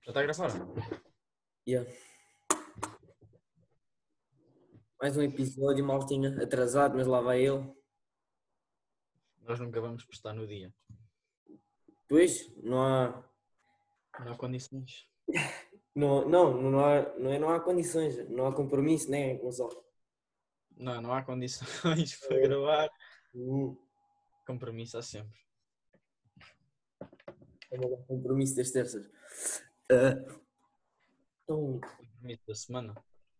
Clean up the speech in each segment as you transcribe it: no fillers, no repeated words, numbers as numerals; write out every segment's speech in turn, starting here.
Já está a gravar? Yeah. Mais um episódio, maltinha, atrasado, mas lá vai ele. Nós nunca vamos postar no dia. Pois, não há. Não há condições. Não há condições, não há compromisso, né, Gonçalo? Não há condições para gravar. Hum, Compromisso há sempre. É um compromisso das terças. Então, Compromisso da semana.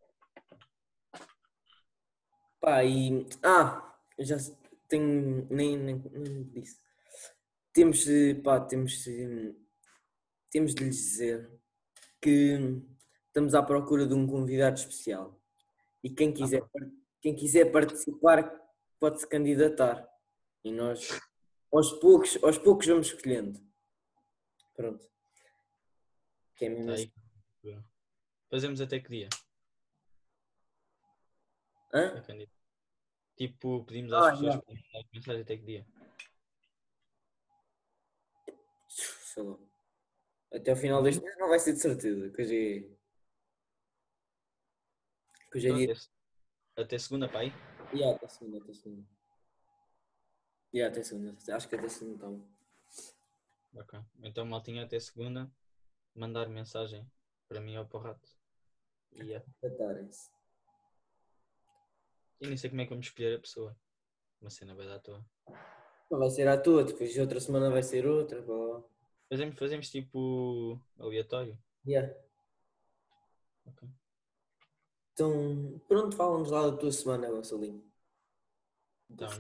pá, e. Eu já tenho. Nem disse. Temos, pá, temos de lhes dizer que estamos à procura de um convidado especial. E quem quiser participar pode se candidatar. E nós, aos poucos vamos escolhendo. Pronto. Que é mesmo Está assim. aí. Fazemos até que dia? Hã? A candidato. Tipo, pedimos às pessoas Já. para mandar mensagem até que dia? Sei lá. Até ao final deste mês não vai ser de certeza. Que hoje é Então dia. até segunda, para aí? Yeah, até segunda, até segunda. Yeah, até segunda. Acho que até segunda está bom. Ok. Então maltinha até segunda. Mandar mensagem para mim ou para o rato. E é. Tratarem-se. E nem sei como é que vamos escolher a pessoa. Uma cena vai dar à toa. Não vai ser à toa, depois outra semana vai ser outra. Pá. Fazemos tipo aleatório. Yeah. Ok. Então, pronto, fala-nos lá da tua semana, Gonçalinho. Então,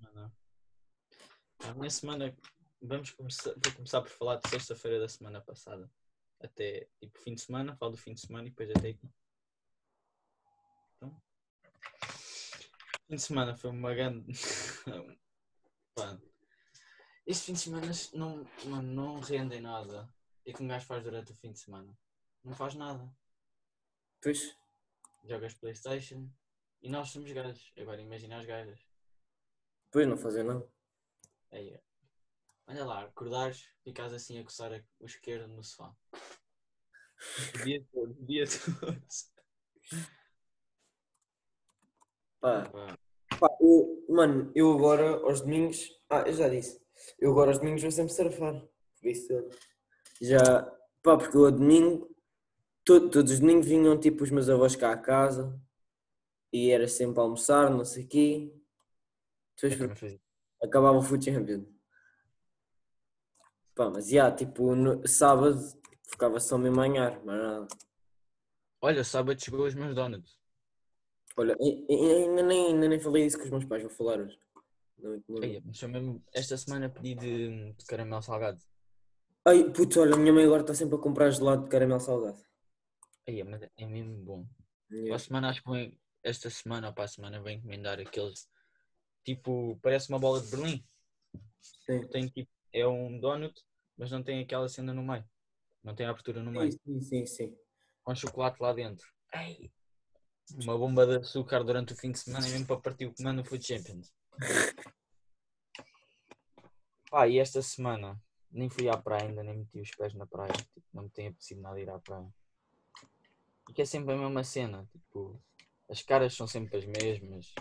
a minha semana vou começar por falar de sexta-feira da semana passada. Até tipo fim de semana, falo do fim de semana e depois até aqui. Então, fim de semana foi uma grande. Pá, este fim de semana não rendem nada. E que um gajo faz durante o fim de semana? Não faz nada. Pois, Jogas PlayStation e nós somos gajos. Agora imagina as gajas. pois não fazer nada. Aí, olha lá, acordares, ficas assim a coçar o esquerdo no sofá. O dia todo, o dia todo. Pá, Pá, mano, eu agora aos domingos. Eu já disse. Eu agora aos domingos vou sempre surfar. Por isso, já. Pá, porque eu ao domingo. Todos os domingos vinham tipo os meus avós cá a casa. E era sempre a almoçar, não sei o quê. eu Depois também fazia. acabava o Food Champion. Pá, mas já, tipo, no sábado ficava só mesmo a manhar, mas nada. Olha, sábado chegou os meus donuts. Olha, ainda nem falei isso com os meus pais, vou falar hoje. Não. Aí, mas eu mesmo esta semana pedi de caramelo salgado. Ai, puto, olha, a minha mãe agora está sempre a comprar gelado de caramelo salgado. Aí, mas é mesmo bom. Para Yeah. a semana acho que esta semana ou para a semana vou encomendar aqueles tipo, parece uma bola de Berlim. Sim. Tem tipo, é um donut, mas não tem aquela cena no meio. Não tem a abertura no Sim, meio. sim, sim, sim. Com chocolate lá dentro. Ei, uma bomba de açúcar durante o fim de semana, mesmo para partir o comando no Food Champions. Pá, e esta semana nem fui à praia ainda, nem meti os pés na praia. Tipo, não me tem apetecido nada ir à praia. E que é sempre a mesma cena. Tipo, as caras são sempre as mesmas.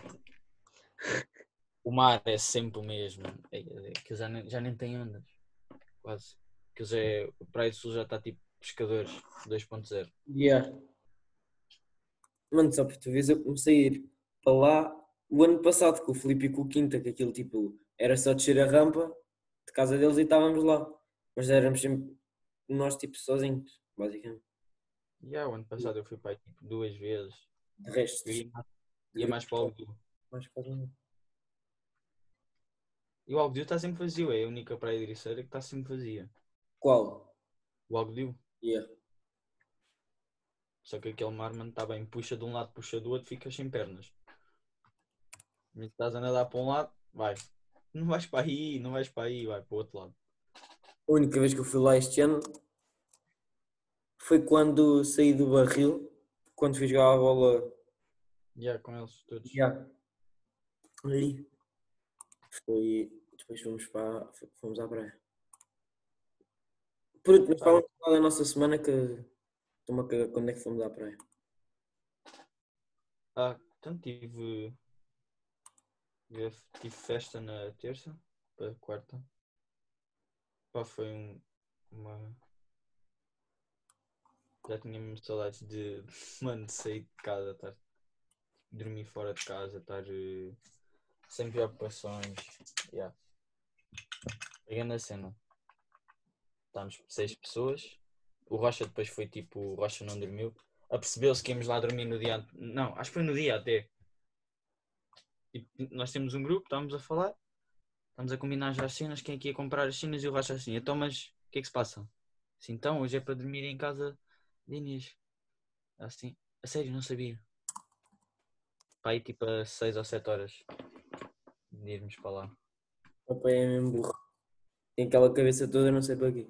O mar é sempre o mesmo. Que já nem tem ondas. Quase. Que o Praia do Sul já está tipo pescadores 2.0. Yeah. Mano, só por tu vês, eu comecei a ir para lá o ano passado com o Filipe e com o Quinta, que aquilo tipo era só descer a rampa de casa deles e estávamos lá. Mas éramos sempre nós tipo sozinhos, basicamente. E o ano passado eu fui para aí tipo 2 vezes. De resto, Eu ia de mais para o Algodoe. mais quase não. E o Algodoe está sempre vazio. É a única praia de Ericeira que está sempre vazia. Qual? O Algodoe. Yeah. Só que aquele mar, mano, está bem. Puxa de um lado, puxa do outro, ficas sem pernas. E estás a nadar para um lado, vai. Não vais para aí, não vais para aí, vai para o outro lado. A única vez que eu fui lá este ano foi quando saí do barril, quando fui jogar a bola. Com eles todos. Yeah. Ali. Foi. Depois fomos à praia. Pronto, mas falamos lá da nossa semana que estou-me a cagar quando é que fomos à praia. Então tive festa na terça para quarta. Pá, foi uma. Já tinha mesmo saudades de, mano, de sair de casa, dormir fora de casa, estar sem preocupações. Yeah. Pegando a cena. Estávamos 6 pessoas. O Rocha depois foi tipo, o Rocha não dormiu. Apercebeu-se que íamos lá dormir no dia. Não, acho que foi no dia até. Tipo, nós temos um grupo, estávamos a falar. Estamos a combinar já as cenas, quem é que ia comprar as cenas e o Rocha assim, então mas o que é que se passa? Assim, então hoje é para dormir em casa de Inês. Assim, a sério, não sabia. Para ir tipo a 6 ou 7 horas de irmos para lá. O pai é mesmo burro. Tem aquela cabeça toda, não sei para quê.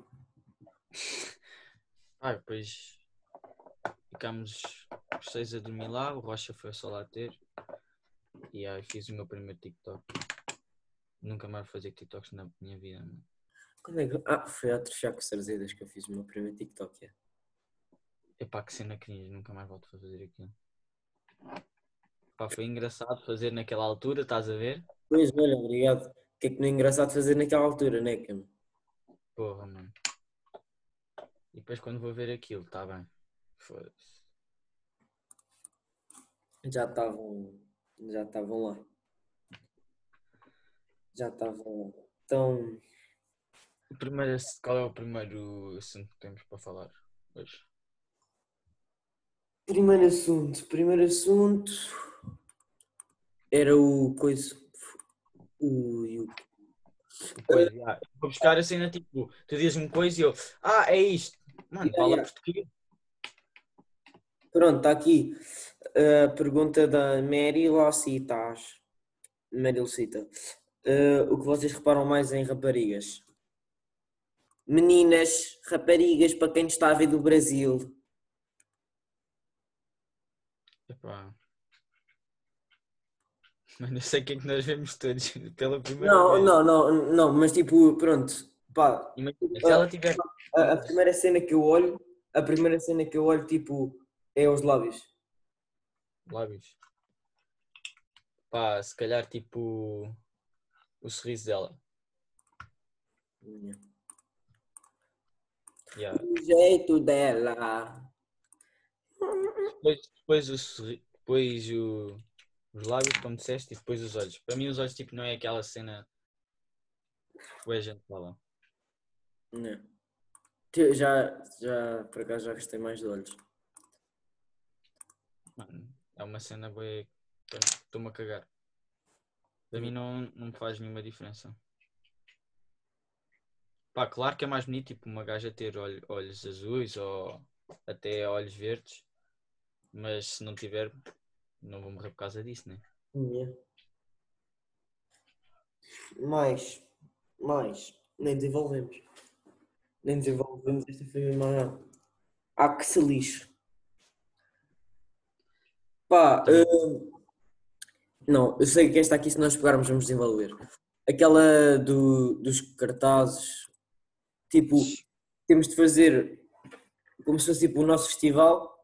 Depois ficámos os 6 a dormir lá, o Rocha foi só lá ter. E aí fiz o meu primeiro TikTok. Nunca mais vou fazer TikToks na minha vida, mano. Quando é que... foi a Trechar com Sarzedas que eu fiz o meu primeiro TikTok. É. Epá, que cena cringe, nunca mais volto a fazer aquilo. Pá, foi engraçado fazer naquela altura, estás a ver? Pois, olha, obrigado. O que é que não é engraçado fazer naquela altura, né, Cam? Porra, mano. E depois quando vou ver aquilo, tá bem. Foda-se. Já estavam lá. Já estavam. Então, Qual é o primeiro assunto que temos para falar hoje? primeiro assunto era o coisa. O Coisa, vou buscar a cena tipo, tu dizes-me coisa e eu, é isto. Mano, fala yeah. português. Pronto, está aqui a pergunta da Mary Locitas. Mary Locita. O que vocês reparam mais em raparigas? Meninas, raparigas, para quem está a ver do Brasil. Epá. Mano, eu sei o que é que nós vemos todos pela primeira Não, vez. não, não, não, mas tipo, pronto, pá, Imagina, se ela tiver a primeira cena que eu olho, tipo, é os lábios. lábios, pá, se calhar tipo o sorriso dela. Yeah. O jeito dela. Depois os lábios, como disseste, e depois os olhos. Para mim, os olhos, tipo, não é aquela cena que a gente fala. Não. Por acaso já gostei mais de olhos. Mano, é uma cena bem. Estou-me a cagar. Para mim, não me faz nenhuma diferença. Pá, claro que é mais bonito, tipo, uma gaja ter olhos azuis ou até olhos verdes, mas se não tiver, não vou morrer por causa disso, né? Yeah. Mais, nem desenvolvemos. Esta foi mesmo que se lixe. Pá, não, eu sei que esta aqui, se nós pegarmos, vamos desenvolver. Aquela dos cartazes, tipo, temos de fazer como se fosse tipo o nosso festival,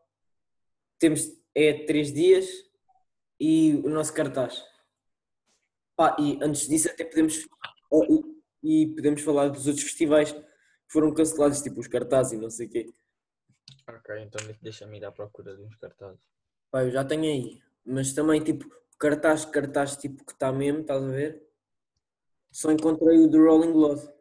é 3 dias e o nosso cartaz. Pá, e antes disso até podemos falar dos outros festivais que foram cancelados, tipo os cartazes e não sei o quê. Ok, então deixa-me ir à procura de uns cartazes. Pá, eu já tenho aí, mas também tipo cartaz tipo que está mesmo, estás a ver? Só encontrei o do Rolling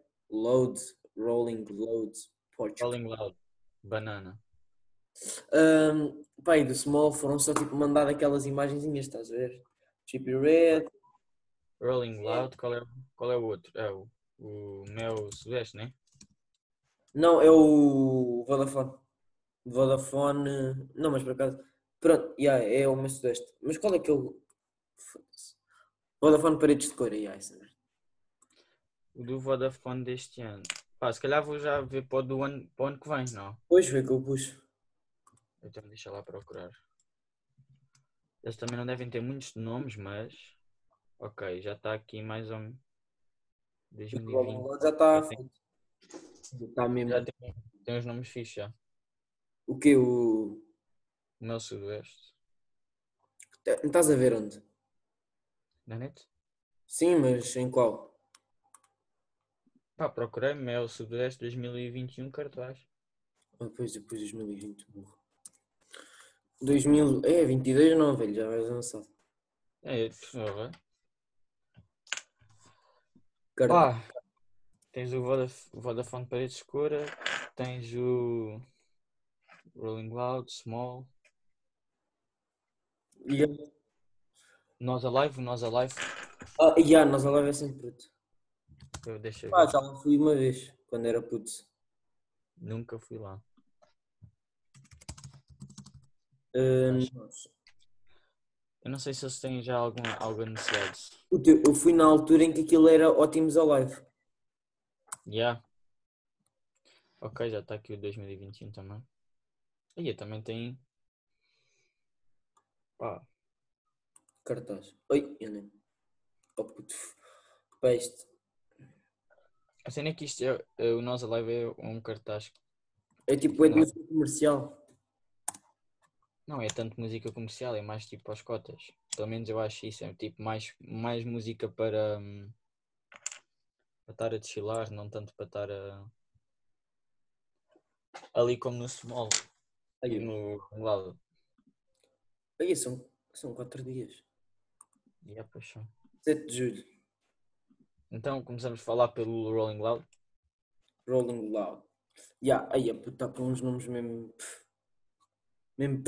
Load, Portugal. Rolling Loud, banana. Pá, e do Small foram só tipo mandar aquelas imagenzinhas, estás a ver? Chippy Red. Rolling Loud, qual é o outro? É o Mel Sudeste, né? Não, é o Vodafone. Vodafone. Não, mas por acaso. Pronto, yeah, é o meu Sudeste. Mas qual é que é o. Foda-se. Vodafone Paredes de Cor, yeah, isso mesmo. O do Vodafone deste ano. Pá, se calhar vou já ver para o ano que vem, não? Pois foi que eu pus. Então deixa lá procurar. Eles também não devem ter muitos nomes, mas. Ok, já está aqui mais ou menos. O Rolling 2020. Loud já está Já tem, feito. Está mesmo. Já tem os nomes fixos já. O quê? O... O Mel Sudoeste. Não estás a ver onde? Na net? Sim, mas em qual? Pá, procurei Mel Sudoeste 2021 cartaz. Depois 2020. 2000, 22 não, velho, já vais avançado. É, porra. Cartaz. Pá, tens o Vodafone Parede Escura, tens o Rolling Loud, Small, Yeah. Nós Alive, Nós Alive. Nós agora é sempre puto. Deixa eu Pá, ver. já lá fui uma vez, quando era puto. Nunca fui lá. Hum, Eu não sei se eles têm já algo anunciado. eu fui na altura em que aquilo era Ótimos Alive. Yeah. Ok, já está aqui o 2021 também. E também tem. Pá, Cartaz. Oi, eu nem. Oh puto. Peste. a cena é que isto é o Nós Alive é um cartaz. É tipo, é de Não, música comercial. não é tanto música comercial, é mais tipo as cotas. Pelo menos eu acho isso. É tipo mais música para estar a desfilar, não tanto para estar ali como no Small e Aí, no lado. aí são 4 dias. E a paixão. 7 de julho. Então começamos a falar pelo Rolling Loud. Rolling Loud. Aí, puto, está com uns nomes mesmo. Mesmo.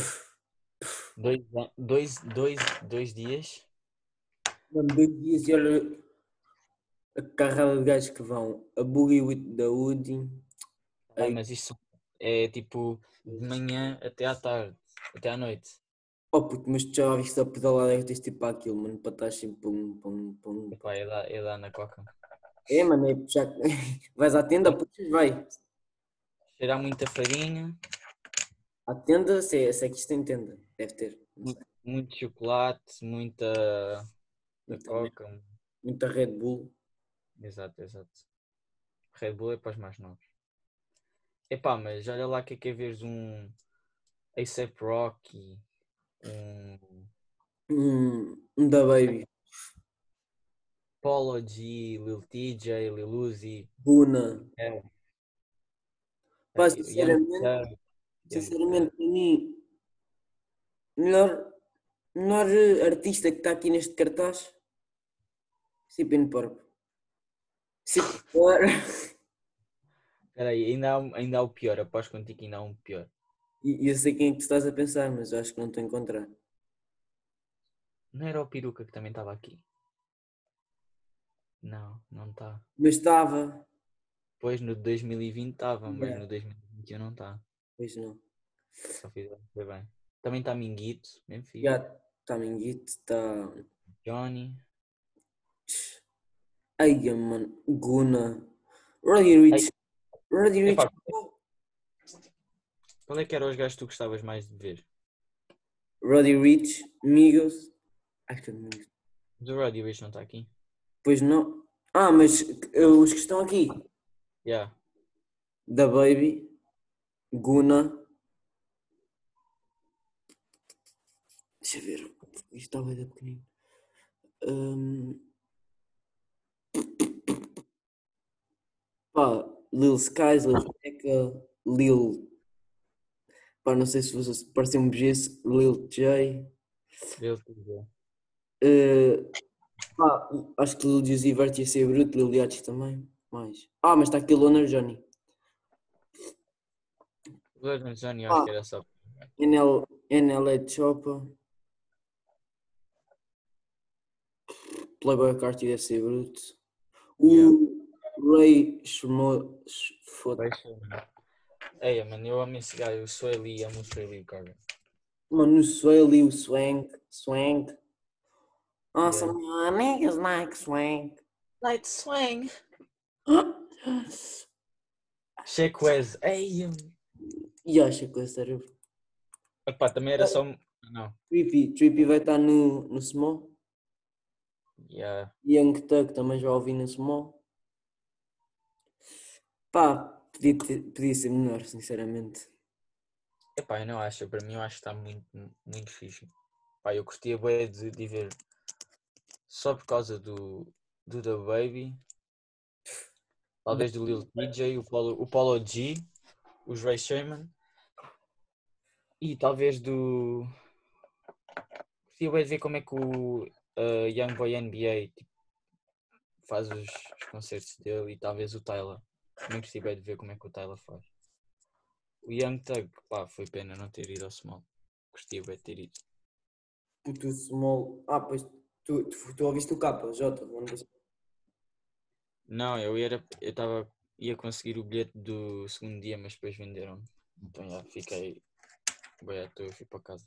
Dois dias. Mano, 2 dias e olha a carrada de gajos que vão. A Boogie with the Woody. Ai, mas isto é tipo de manhã até à tarde, até à noite. Oh puto, mas tu já viste a pedalada que tens tipo aquilo, mano, para estar sempre pum, pum, pum. Epá, é da Ana Coca. É, mano, é puxar. Vais à tenda, puto, vai. Cheirar muita farinha, À tenda, se é que isto tem tenda. Deve ter, não sei. muito chocolate, muita Muita, Coca. muita Red Bull. Exato, exato. Red Bull é para os mais novos. Epá, mas olha lá que é veres um A$AP Rocky, Da Baby. Polo G, Lil TJ, Lil Uzi, Buna. é, Pá, Young sinceramente, Thug, Young sinceramente, Thug. para mim, melhor, melhor artista que está aqui neste cartaz, Cipin Purp. Cipin Purp. Espera aí, ainda há o pior, aposto contigo que ainda há um pior. E eu sei quem é que tu estás a pensar, mas eu acho que não estou a encontrar. Não era o Peruca que também estava aqui? Não, não está. Mas estava. Pois no 2020 estava, mas Yeah. no 2021 não está. Pois não. Só fizeram foi bem. Também está Minguito, bem fixe. Já está Minguito, está. Johnny. Ai, mano, Guna. Roddy Ei, Rich. Roddy Rich. epá, qual é que eram os gajos que tu gostavas mais de ver? Roddy Rich, Migos. Acho que é Migos. Mas o Roddy Rich não está aqui? Pois não. Ah, mas os que estão aqui. Yeah. Da Baby, Guna. Deixa eu ver. Isto está bem pequenino. Pá, Lil Skies, Lil Tecca, Lil. Pá, não sei se você pareceu um BG, Lil J. Lil TJ. Pá, acho que Lil Uzi Vert ia ser bruto, Lil Yachty também. Mais. Mas está aqui Loner Johnny. Lil Johnny, eu acho Pá, que era só. NL Choppa. Playboy Carti deve ser bruto. Yeah. O Ray Shmo. Ei, mano, eu amo esse gajo, eu sou ali, amo o Sway cara. Mano, o Sway, o Swang. Swang. Yeah. Some niggas like Swang. Night Swing. Shake Wes. Ei, E acha que esse era. epá, também era só. Não. Trippy vai estar no Small. Yeah. Young Thug também já ouvi no Small. Pá, Podia ser menor, sinceramente. Epá, eu não acho. Para mim eu acho que está muito, muito fixe. Pá, eu curtia bem de ver só por causa do The Baby. Talvez do Lil TJ, o Polo G, os Ray Sherman. E talvez do... Curtia bem de ver como é que o Young Boy NBA tipo, faz os concertos dele e talvez o Tyler. Também curtia bem de ver como é que o Tyler faz. O Young Thug, pá, foi pena não ter ido ao Small. Curtia bem de ter ido. Puto Small. Ah, pois tu ouviste o J, o ano passado. Não, ia conseguir o bilhete do segundo dia, mas depois venderam. Então já fiquei bem à toa e fui para casa.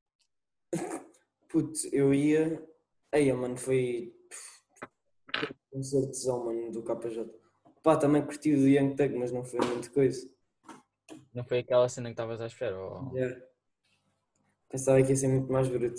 Puto, eu ia. Aí, mano, foi um concertozão, mano, do J. Pá, também curti o do Young Thug, mas não foi muita coisa. Não foi aquela cena que estavas à espera? Yeah. Pensava que ia ser muito mais bruto.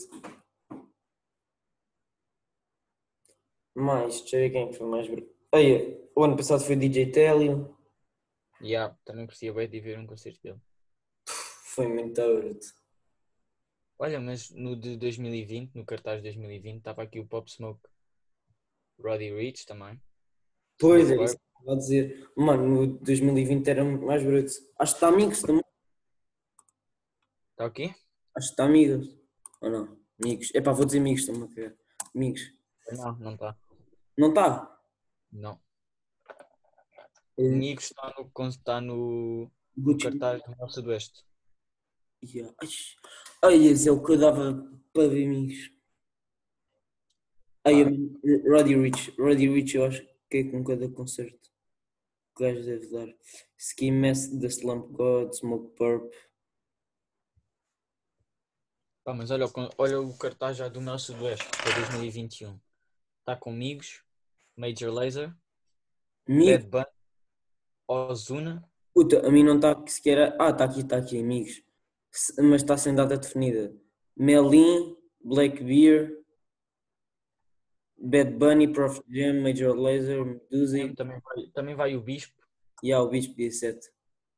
Mas, deixa eu ver quem é que foi mais bruto. Aí, o ano passado foi DJ Telio. Yeah, também curtia bem de ver um concerto dele. Foi muito bruto. Olha, mas no de 2020, no cartaz de 2020, estava aqui o Pop Smoke. Roddy Ricch também. Pois Snoop é, isso Dogg. que eu estava a dizer. Mano, no 2020 era muito mais bruto. Acho que está amigos também. Está aqui? Acho que está amigos. Ou não? Amigos. Epá, vou dizer amigos também. Amigos. Não, não está. Não está? Não. Amigos está no Gucci. cartaz do Norte Sudoeste. Yeah. Ai, esse é o que eu dava para ver amigos. Ai, Pá, Roddy Rich, eu acho que é com cada concerto que o gajo deve dar. Ski Mask, The Slump God, Smoke Purp. pá, mas olha o cartaz já do Norte Sudoeste para 2021. Está com Amigos, Major Lazer, Amigos? Bad Bunny, Ozuna. Puta, a mim não está sequer. Ah, está aqui, amigos. Mas está sem data definida. Melin, Black Bear, Bad Bunny, Prof Jam, Major Lazer, Medusa Também vai o Bispo. e há o Bispo dia 7.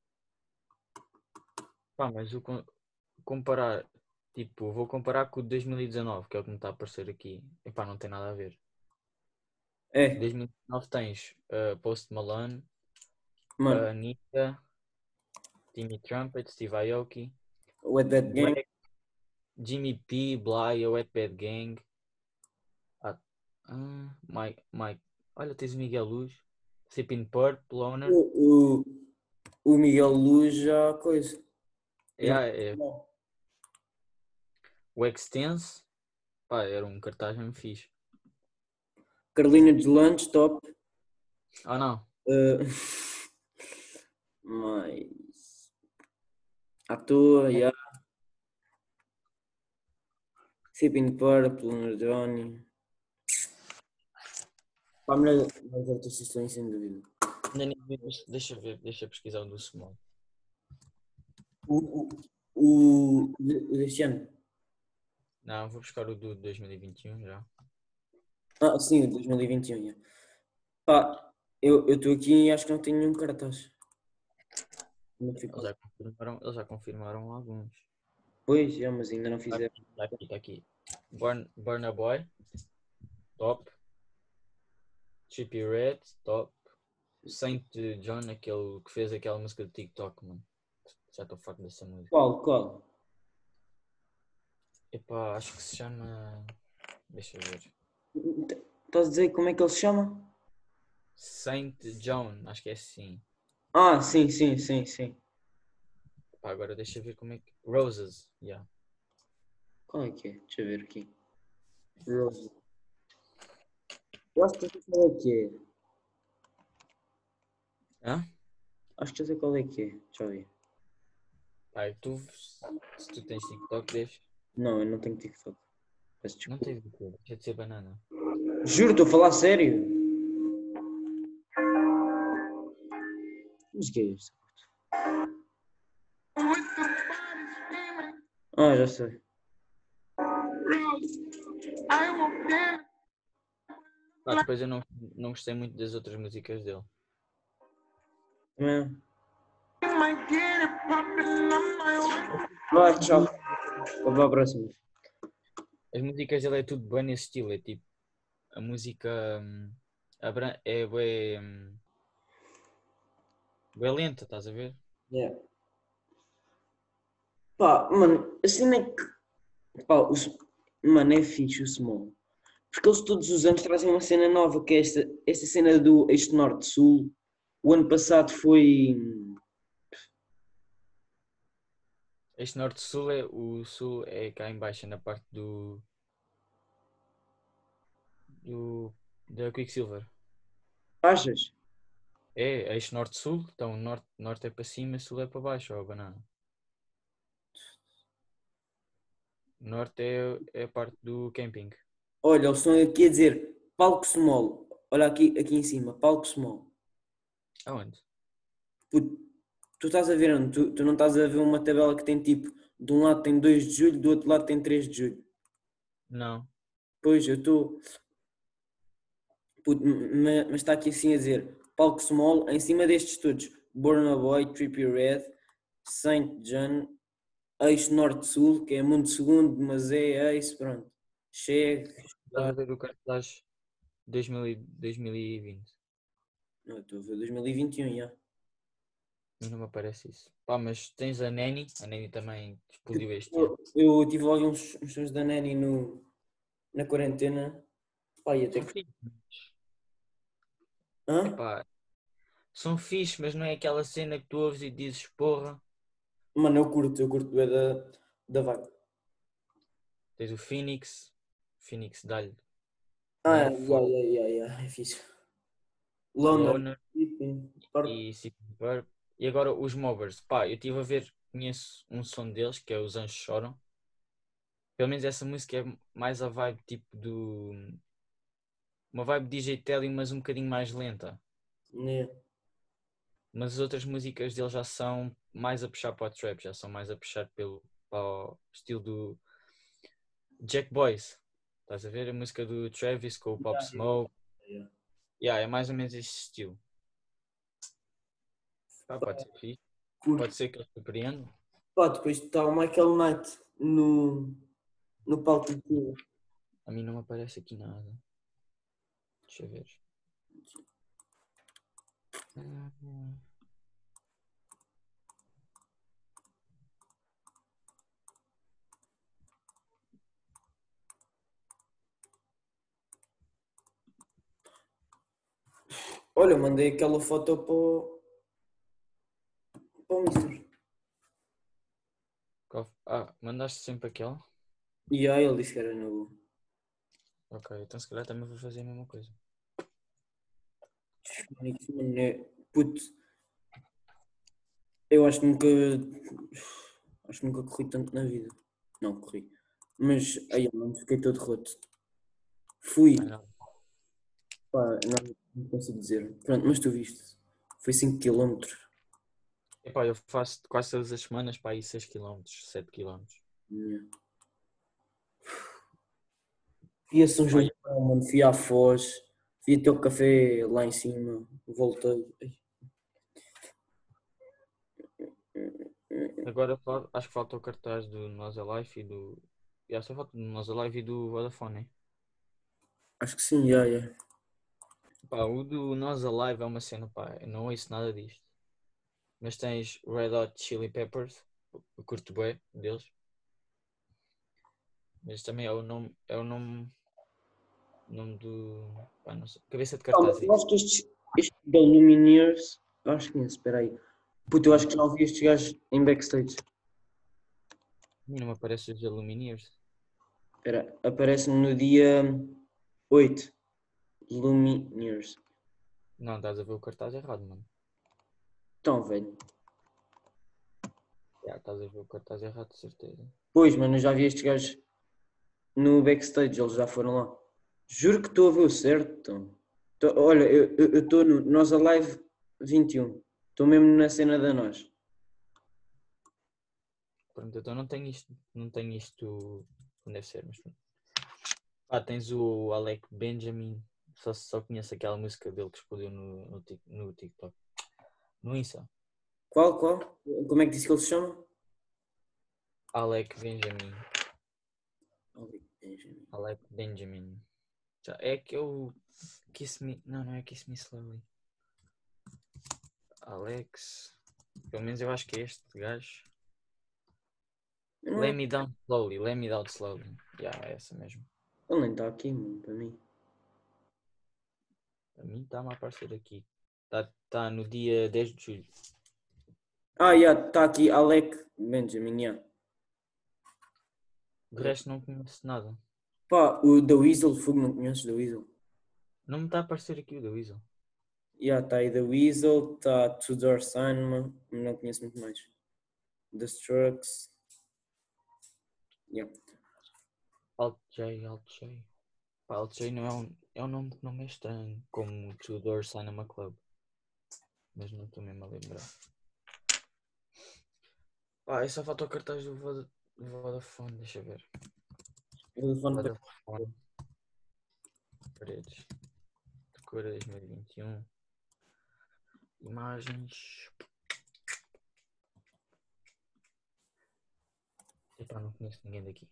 Pá, mas comparar, tipo, vou comparar com o de 2019, que é o que me está a aparecer aqui. Epá, não tem nada a ver. Em É, 2019 tens Post Malone, mano, Anitta, Timmy Trumpet, Steve Aoki, Wet That Gang. Drake, Jimmy P, Bly, A Wet Bad Gang, ah, Mike, olha, tens o Miguel Luz, Sipping Purp, Loner, O, o, o Miguel Luz já coisa. Já é, não. o Extense, pá, era um cartaz mesmo fixe. Carolina de Lange, top. Ah não, Uh, mas à toa, é, já. Sipping Purple, Lunar Johnny. Pá, melhor artistas estão sem dúvida. ainda nem vi, deixa ver, deixa eu pesquisar o do Small. O, o deste ano. Não, vou buscar o do 2021 já. Ah, sim, o 2021. Já. Pá, eu estou aqui e acho que não tenho nenhum cartaz. Não Eles ficou. já confirmaram alguns. Pois, já, mas ainda não Está fizeram. aqui, está aqui, está aqui. Burna Boy, top. Chippy Red, top. Saint John, aquele que fez aquela música do TikTok, mano. Já estou farto dessa música. Qual? Epá, acho que se chama. Deixa eu ver. Estás a dizer como é que ele se chama? Saint John, acho que é assim. Ah, sim. Epá, agora deixa eu ver como é que. Roses, yeah. Qual é que é? Deixa eu ver aqui. Rose. Eu acho que já sei qual é que é. Hã? Acho que já sei qual é que é. Deixa eu ver. Pai, se tu tens TikTok, deixa. Não, eu não tenho TikTok. Peço Não desculpa. tens o quê? Deixa de ser banana. Juro, estou a falar sério. Mas o que é isto? Ah, já sei. Pá, depois eu não gostei muito das outras músicas dele. Também. Vai, tchau. Vou para a próxima. As músicas dele é tudo bem nesse estilo, é tipo, a música é bem lenta, estás a ver? Yeah. Pá, mano, assim é que. Pá, mano, é fixe o Small. Porque eles todos os anos trazem uma cena nova, que é esta cena do Eixo Norte-Sul. O ano passado foi. Este norte-sul é o sul é cá em baixo, na parte da Quicksilver. Achas? É eixo norte-sul, então norte é para cima, sul é para baixo, ó banana. Norte é a parte do camping. Olha, eles estão aqui a dizer palco small. Olha aqui em cima, palco small. Aonde? Puto, tu estás a ver, onde? Tu não estás a ver uma tabela que tem tipo, de um lado tem 2 de julho, do outro lado tem 3 de julho. Não. Pois, eu estou. Mas está aqui assim a dizer palco small, em cima destes todos. Burna Boy, Trippie Red, Saint John, Eixo Norte-Sul, que é Mundo Segundo, mas é Eixo, pronto. Chega. Estás a ver o cartaz 2020. Não, estou a ver 2021, já. Não me aparece isso. Pá, mas tens a Nani também explodiu este ano. Eu tive logo uns sons da Nani na quarentena. Pá, e até São que. fixe. Hã? Epá, são fixe, mas não é aquela cena que tu ouves e dizes porra. Mano, eu curto é da vibe. Tens o Phoenix dá-lhe Ah, bem forte. é fixe. Loner, Loner Sleeping, Part- e City Purp. E agora os Mobbers. Pá, eu estive a ver, conheço um som deles que é Os Anjos Choram. Pelo menos essa música é mais a vibe tipo do. Uma vibe DJ Telly, mas um bocadinho mais lenta. né? Mas as outras músicas dele já são mais a puxar para o trap, já são mais a puxar para o estilo do Jack Boys. Estás a ver a música do Travis com o Pop Smoke? Yeah. Yeah, é mais ou menos esse estilo. Pá, pode ser fixe. Pode Curto. ser que eu surpreenda. Pá, depois está o Michael Knight no palco de Cuba. A mim não me aparece aqui nada. Deixa eu ver. Olha, eu mandei aquela foto para o Mister. Mandaste sempre aquela? E aí ele disse que era no. Ok, então se calhar também vou fazer a mesma coisa. Puto, eu acho que nunca. Acho que nunca corri tanto na vida. Não, corri. Mas aí eu não fiquei todo roto. Fui. Ah, não. Pá, não consigo dizer. Pronto, mas tu viste. Foi 5 km. Epá, eu faço quase todas as semanas para aí 6 km, 7 km. Fui a São Pá, João, mano, fui à Foz, fui até o café lá em cima, voltei. agora acho que falta o cartaz do Nós Alive e do. Só falta do Nós Alive e do Vodafone, hein? Acho que sim, já, já. Pá, o do Nós Alive é uma cena, pá, eu não ouço nada disto. Mas tens Red Hot Chili Peppers, eu curto bem deles. Mas também é o nome do. Pá, não sei. Cabeça de Calma, cartaz é eu isso. acho que este da Lumineers, acho que conheço, espera aí. Puto, eu acho que já ouvi estes gajos em backstage. A mim não me aparece os Lumineers. Espera, aparece-me no dia 8, Lumineers. Não, estás a ver o cartaz errado, mano. Então, velho. Estás a ver o cartaz errado, de certeza. Pois, mano, eu já vi estes gajos no backstage, eles já foram lá. Juro que estou a ver o certo. Então. Olha, eu estou no Nós Alive 21. Estou mesmo na cena da nós. Pronto, então não tenho isto como deve ser, mas pronto. Tens o Alec Benjamin, só conheço aquela música dele que explodiu no TikTok. No Insta. Qual? Como é que disse que ele se chama? Alec Benjamin. Alec Benjamin. Alec Benjamin. É que eu... Kiss Me... Não é Kiss Me Slowly. Alex... Pelo menos eu acho que é este gajo. Let Me Down Slowly. Let Me Down Slowly. É essa mesmo. Ele nem está aqui, mano, para mim. A mim está-me a aparecer aqui. Tá no dia 10 de julho. Está aqui Alec Benjamin, De resto não conheço nada. Pá, o The Weasel, fogo, não conheces The Weasel? Não me está a aparecer aqui o da Weasel. Está aí The Weasel, está Tudor Cinema, não conheço muito mais. The Strokes. Alt J. Pá, Alt J não é um nome que não me é estranho, como Tudor Cinema Club. Mas não estou mesmo a lembrar. Pá, é só falta o cartaz do Vodafone, deixa eu ver. Vodafone. Paredes. Decora 2021. Imagens. Epá, não conheço ninguém daqui.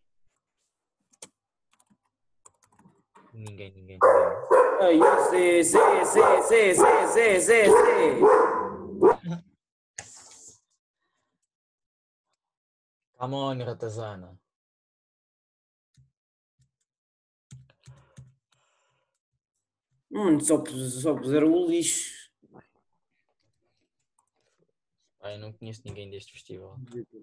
Ninguém. Ai, Zé. Come on, ratazana. Só puseram o lixo. Eu não conheço ninguém deste festival.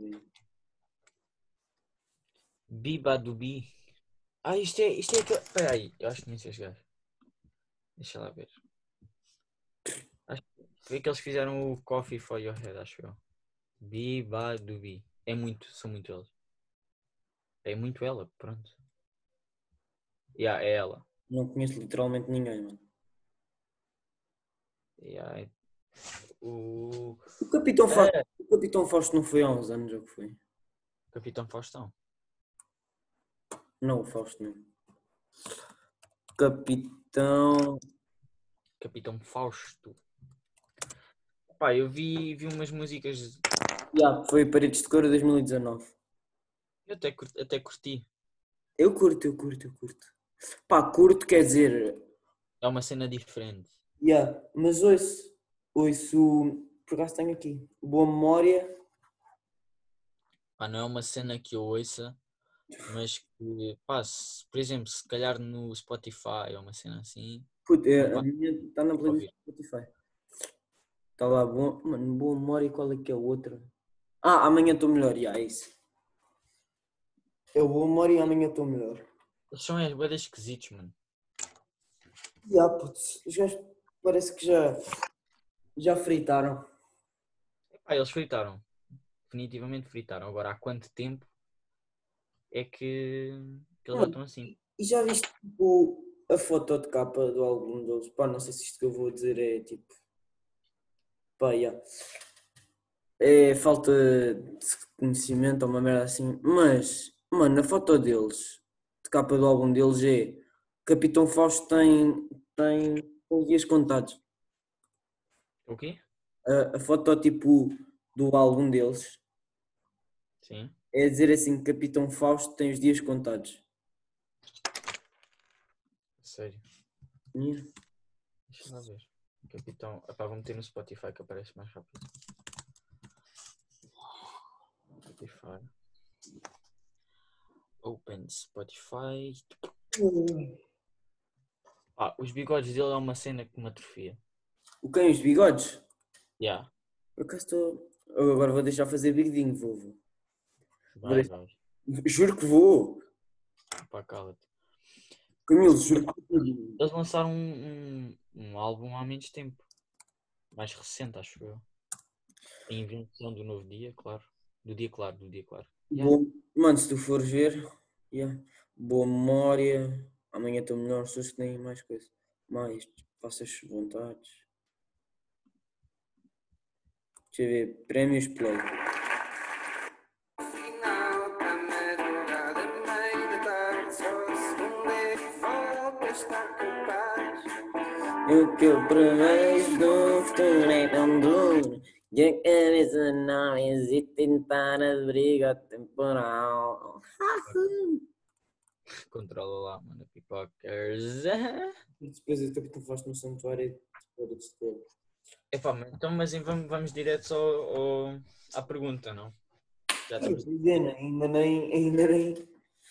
Biba do Bi. Isto é aquele... Espera aí, eu acho que conheço este gajo. Deixa lá ver. Acho que foi que eles fizeram o Coffee for Your Head, acho eu. Biba do Bi. São muito eles. É muito ela, pronto. É ela. Não conheço literalmente ninguém, mano. O O Capitão Fausto não foi há uns anos, ou que foi? Capitão Faustão. Não, o Fausto não. Capitão Fausto. Pá, eu vi umas músicas. Foi Paredes de Cor 2019. Eu até curti. Eu curto. Pá, curto quer dizer. É uma cena diferente. Mas ouço. Por acaso tenho aqui. Boa Memória. Pá, não é uma cena que eu ouça, mas que, pá, por exemplo, se calhar no Spotify ou uma cena assim. Puta, Pá, a minha está na playlist do Spotify. Está lá, mano, Boa Memória e qual é que é a outra? Amanhã estou melhor, é isso. É o Boa Memória e amanhã estou melhor. Eles são as boedas esquisitos, mano. Putz, os gajos parece que já fritaram. Pá, eles fritaram. Definitivamente fritaram. Agora, há quanto tempo é que eles já estão assim? E já viste tipo, a foto de capa do álbum deles? Pá, não sei se isto que eu vou dizer é tipo. Pá, é falta de conhecimento ou uma merda assim. Mas, mano, a foto deles, de capa do álbum deles é. Capitão Fausto tem os dias contados. O quê? A foto tipo do álbum deles Sim. é dizer assim: Capitão Fausto tem os dias contados. Sério. Yeah. Deixa lá ver. Capitão. Epá, vou meter no Spotify que aparece mais rápido. Spotify. Open Spotify. Os bigodes dele é uma cena que me atrofia. O quem? Os bigodes? Por acaso estou. Eu agora vou deixar fazer bigodinho, vou. Vai. Juro que vou. Pá, cala-te. Camilo, juro que vou. Eles lançaram um álbum há menos tempo. Mais recente, acho eu. A invenção do novo dia, claro. Do dia claro. Mano, se tu fores ver, boa memória. Amanhã estou melhor, pessoas que têm mais coisa. Mais, faças vontades. Deixa eu ver, prémios Play. O que eu prevejo do futuro é tão duro. Já que essa não existe tentar a briga temporal. Controla lá, mano, pipocas. E depois eu também falaste no santuário de Setúbal. Epá, então, mas vamos direto só à pergunta, não? Já estamos. Ainda nem.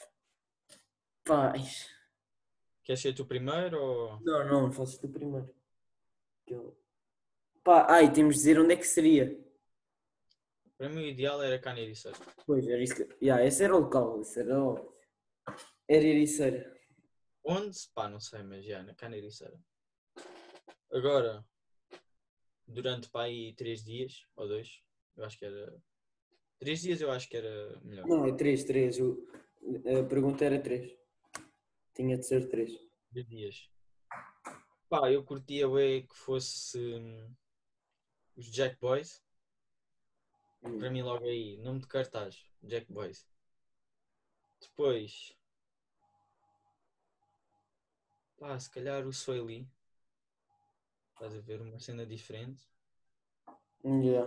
Paz. Queres ser tu primeiro ou. Não, faças tu primeiro. Que eu- Pá, ai, temos de dizer onde é que seria. Para mim o ideal era cá na Ericeira. Pois, era isso que. Esse era o local, esse era o. Era Ericeira. Onde? Pá, não sei, mas já, cá na Ericeira. Agora, durante pá aí 3 dias, ou 2, eu acho que era. 3 dias eu acho que era melhor. Não, é 3. A pergunta era 3. Tinha de ser 3. 3 dias. Pá, eu curtia bem que fosse os Jack Boys. Para mim logo aí, nome de cartaz, Jack Boys. Depois, pá, se calhar o Soili. Estás a ver uma cena diferente. Yeah.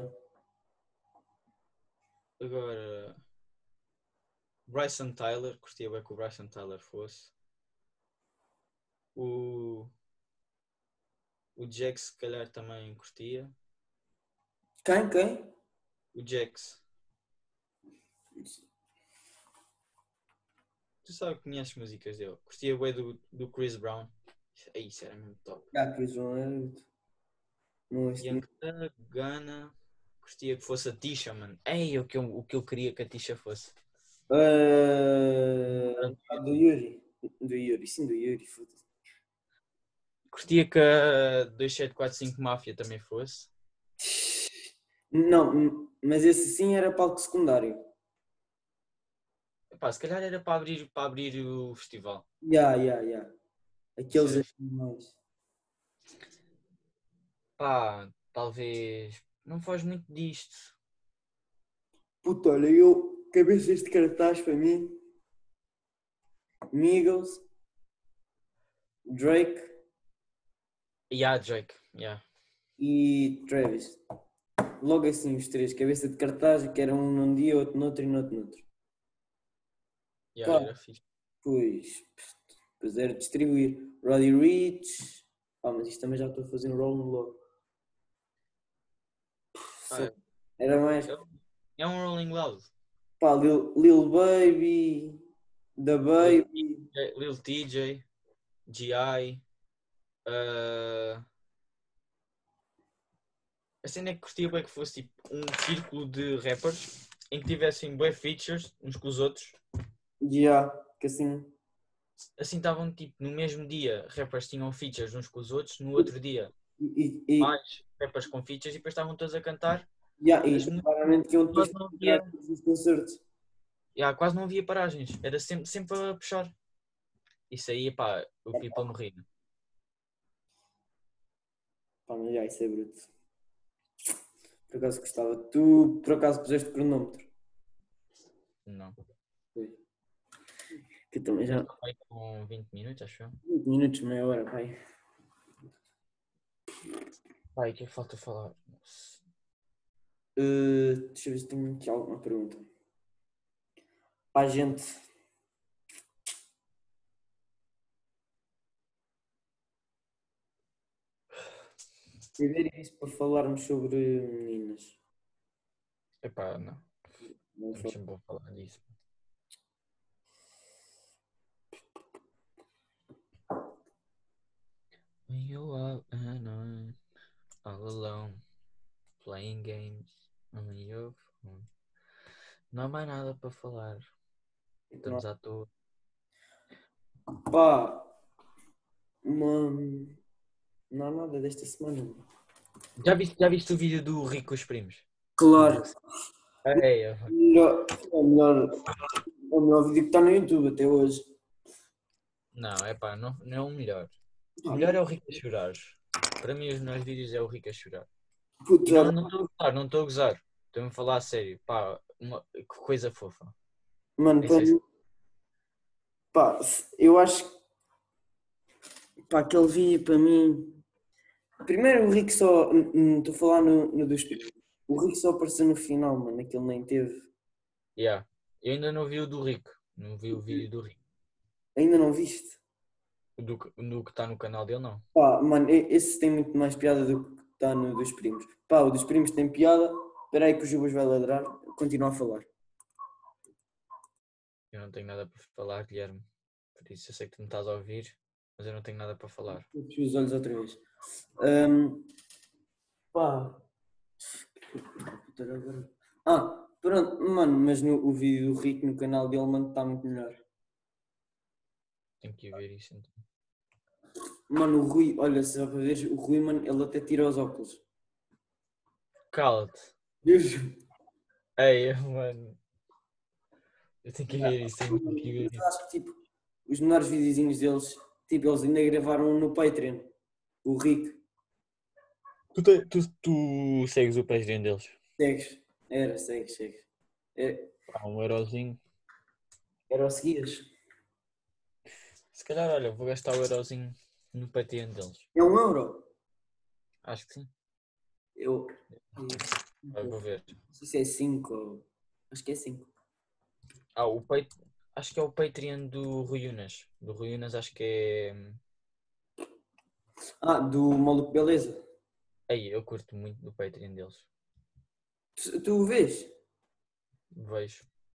Agora, Bryson Tyler, curtia bem que o Bryson Tyler fosse. O Jax, se calhar, também curtia. Quem? O Jax. Tu sabes que conheces músicas dele. Curtia bem do Chris Brown. Isso era mesmo top. Chris Brown. Não é Young Thug, Gunna. Curtia que fosse a Tisha, mano. Ei, o que eu queria que a Tisha fosse. Do Yuri. Sim, do Yuri. Foda-se. Curtia que a 2745 Mafia também fosse. Não, mas esse sim era palco secundário. Epá, se calhar era para abrir o festival. Yeah. Isso Aqueles era. animais. Pá, talvez. Não faz muito disto. Puta, olha, eu cabeças de cartaz para mim. Migos, Drake Yeah, Drake. Yeah. e Travis. Logo assim os três, cabeça de cartaz, que era um num dia, outro noutro e noutro noutro. Yeah, Pá, era fixe. depois era distribuir. Roddy Ricch. Mas isto também já estou a fazer um roll no logo. Ah, Era mais. é um Rolling Loud. Pá, Lil Baby, The Baby. Lil TJ, G.I. A cena é que curtia bem que fosse tipo um círculo de rappers em que tivessem bem features uns com os outros. Yeah, que assim. Assim estavam tipo no mesmo dia, rappers tinham features uns com os outros, no outro dia E, mais rappers com features e depois estavam todos a cantar. e As músicas claramente que iam depois quase não entrar havia, nos concertos. quase não havia paragens, era sempre a puxar. Isso aí, pá, o people morria. Pá, mas já, isso é bruto. Por acaso gostava. Tu, por acaso, puseste cronómetro. Não. Foi. Que também já. Vai com 20 minutos, acho eu. 20 minutos, meia hora, pai. Pai, o que é que falta falar? Deixa eu ver se tenho aqui alguma pergunta. Para a gente. Ver isso para falarmos sobre meninas. Epá, não. Não Estamos só. sempre a falar disso. When you are all alone, playing games on your phone. Não há mais nada para falar. Estamos à toa. Pá, mano, não há nada desta semana. Já viste o vídeo do Rico e os Primos? Claro. É, O melhor vídeo que está no YouTube até hoje. não, é pá, não é o melhor. O melhor é o Rico a chorar. Para mim, os melhores vídeos é o Rico a chorar. E Puta, não estou a gozar, não estou a gozar. Estou-me a falar a sério. Pá, que coisa fofa. mano, Nem para sei se. mim, pá, eu acho que pá, aquele vídeo para mim. Primeiro o Rick só. Estou a falar no dos primos. O Rico só apareceu no final, mano. Aquele nem teve. Yeah. Eu ainda não vi o do Rico. Não vi o vídeo do Rico. Ainda não viste? Do que está no canal dele, não. Pá, mano, esse tem muito mais piada do que está no dos primos. Pá, o dos primos tem piada. Espera aí que o Jubas vai ladrar. Continua a falar. Eu não tenho nada para falar, Guilherme. Por isso eu sei que tu me estás a ouvir, mas eu não tenho nada para falar. Fecha os olhos outra vez. Pá. Ah, pronto, mano, mas o vídeo do Rico no canal dele, mano, está muito melhor. Tenho que ir ver isso então. Mano, o Rui, olha, se dá para ver, o Rui, mano, ele até tira os óculos. Cala-te. Juro. Ei, mano. Eu tenho que ver isso, tenho que ver Eu isso. acho que, tipo, os menores videozinhos deles, tipo, eles ainda gravaram no Patreon. O Rico. Tu segues o Patreon deles? Segues? Era, segues. Era, Pá, um eurozinho. era o seguias. Se calhar, olha, vou gastar o eurozinho no Patreon deles. É 1 euro. Acho que sim. Eu. Vou ver. Não sei se é 5. Acho que é 5. Ah, acho que é o Patreon do Rui Unas. Do Rui Unas acho que é. Ah, do Maluco Beleza. Ei, eu curto muito do Patreon deles. Tu o vês? Vejo.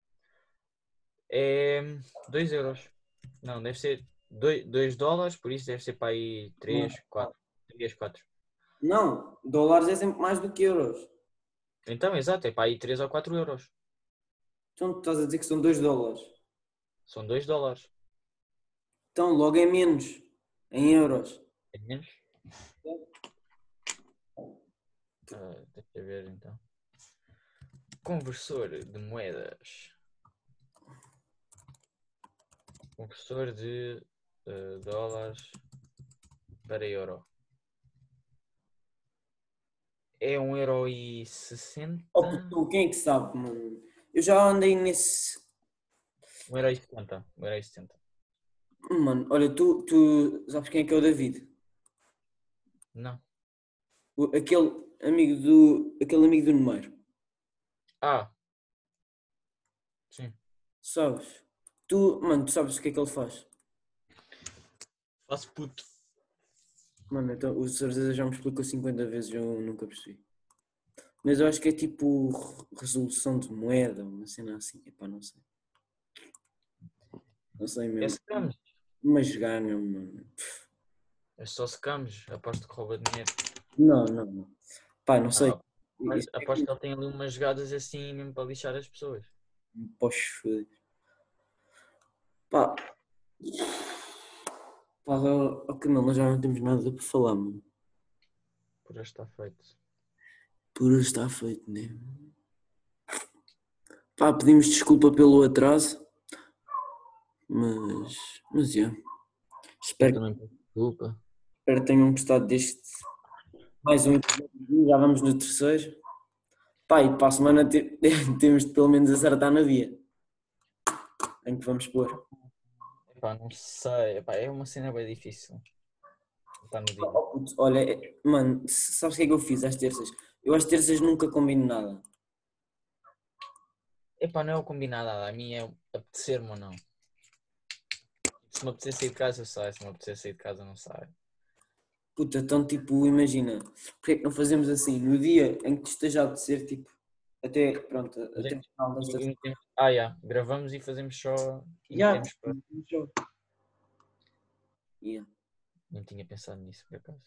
É 2 euros. Não, deve ser 2 dólares, por isso deve ser para aí 3, 4. 3, 4. Não, dólares é sempre mais do que euros. Então, exato, é para aí 3 ou 4 euros. Então tu estás a dizer que são 2 dólares. São 2 dólares. Então logo é menos. Em euros. É menos? Deixa eu ver então. Conversor de moedas. Conversor de dólares para euro. É 1,60€. Oh, puto, quem é que sabe, mano? Eu já andei nesse. 1,70€. 1,70€. Mano, olha, tu sabes quem é que é o David? Não. Aquele amigo do Numeiro. Ah, sim. Sabes? Mano, tu sabes o que é que ele faz? Faço puto. Mano, então o certeza já me explicou 50 vezes, eu nunca percebi. Mas eu acho que é tipo resolução de moeda, uma cena assim. Epá, não sei. Não sei É mesmo. scams. Mas ganham, mano. É só scams. Aposto que rouba dinheiro. Não. Pá, não sei. Ah, mas Isso é aposto que que ele tem ali umas jogadas assim mesmo para lixar as pessoas. me posso foder. Pá, ok, não, nós já não temos nada para falar, mano. Por hoje está feito. Por hoje está feito, né? Pá, pedimos desculpa pelo atraso, mas, yeah. Eu Espero, também peço desculpa. espero que tenham gostado deste mais um episódio. Já vamos no terceiro. Pá, e para a semana temos de pelo menos acertar no dia em que vamos pôr. Epá, não sei. Epá, é uma cena bem difícil. Está no dia. Oh, puto, olha, mano, sabes o que é que eu fiz às terças? Eu às terças nunca combino nada. Epá, não é o combinado nada. A mim é apetecer-me ou não. Se me apetecer sair de casa, eu saio. Se me apetecer sair de casa, eu não saio. Puta, então tipo, imagina, porque é que não fazemos assim? No dia em que te esteja a apetecer, tipo, até, pronto, até o final desta semana. Yeah. Gravamos e fazemos só. E Yeah. metemos para. Yeah. Não tinha pensado nisso, por acaso.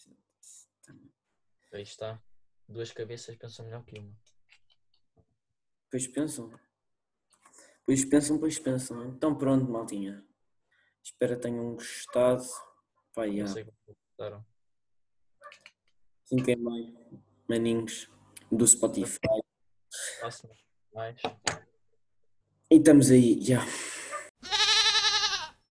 Aí está. Duas cabeças pensam melhor que uma. Pois pensam. Pois pensam. Então pronto, maltinha. Espero que tenham gostado. Pá, Eu yeah. sei que gostaram. 5 em maio, maninhos, do Spotify. Faço mais. E estamos aí, já.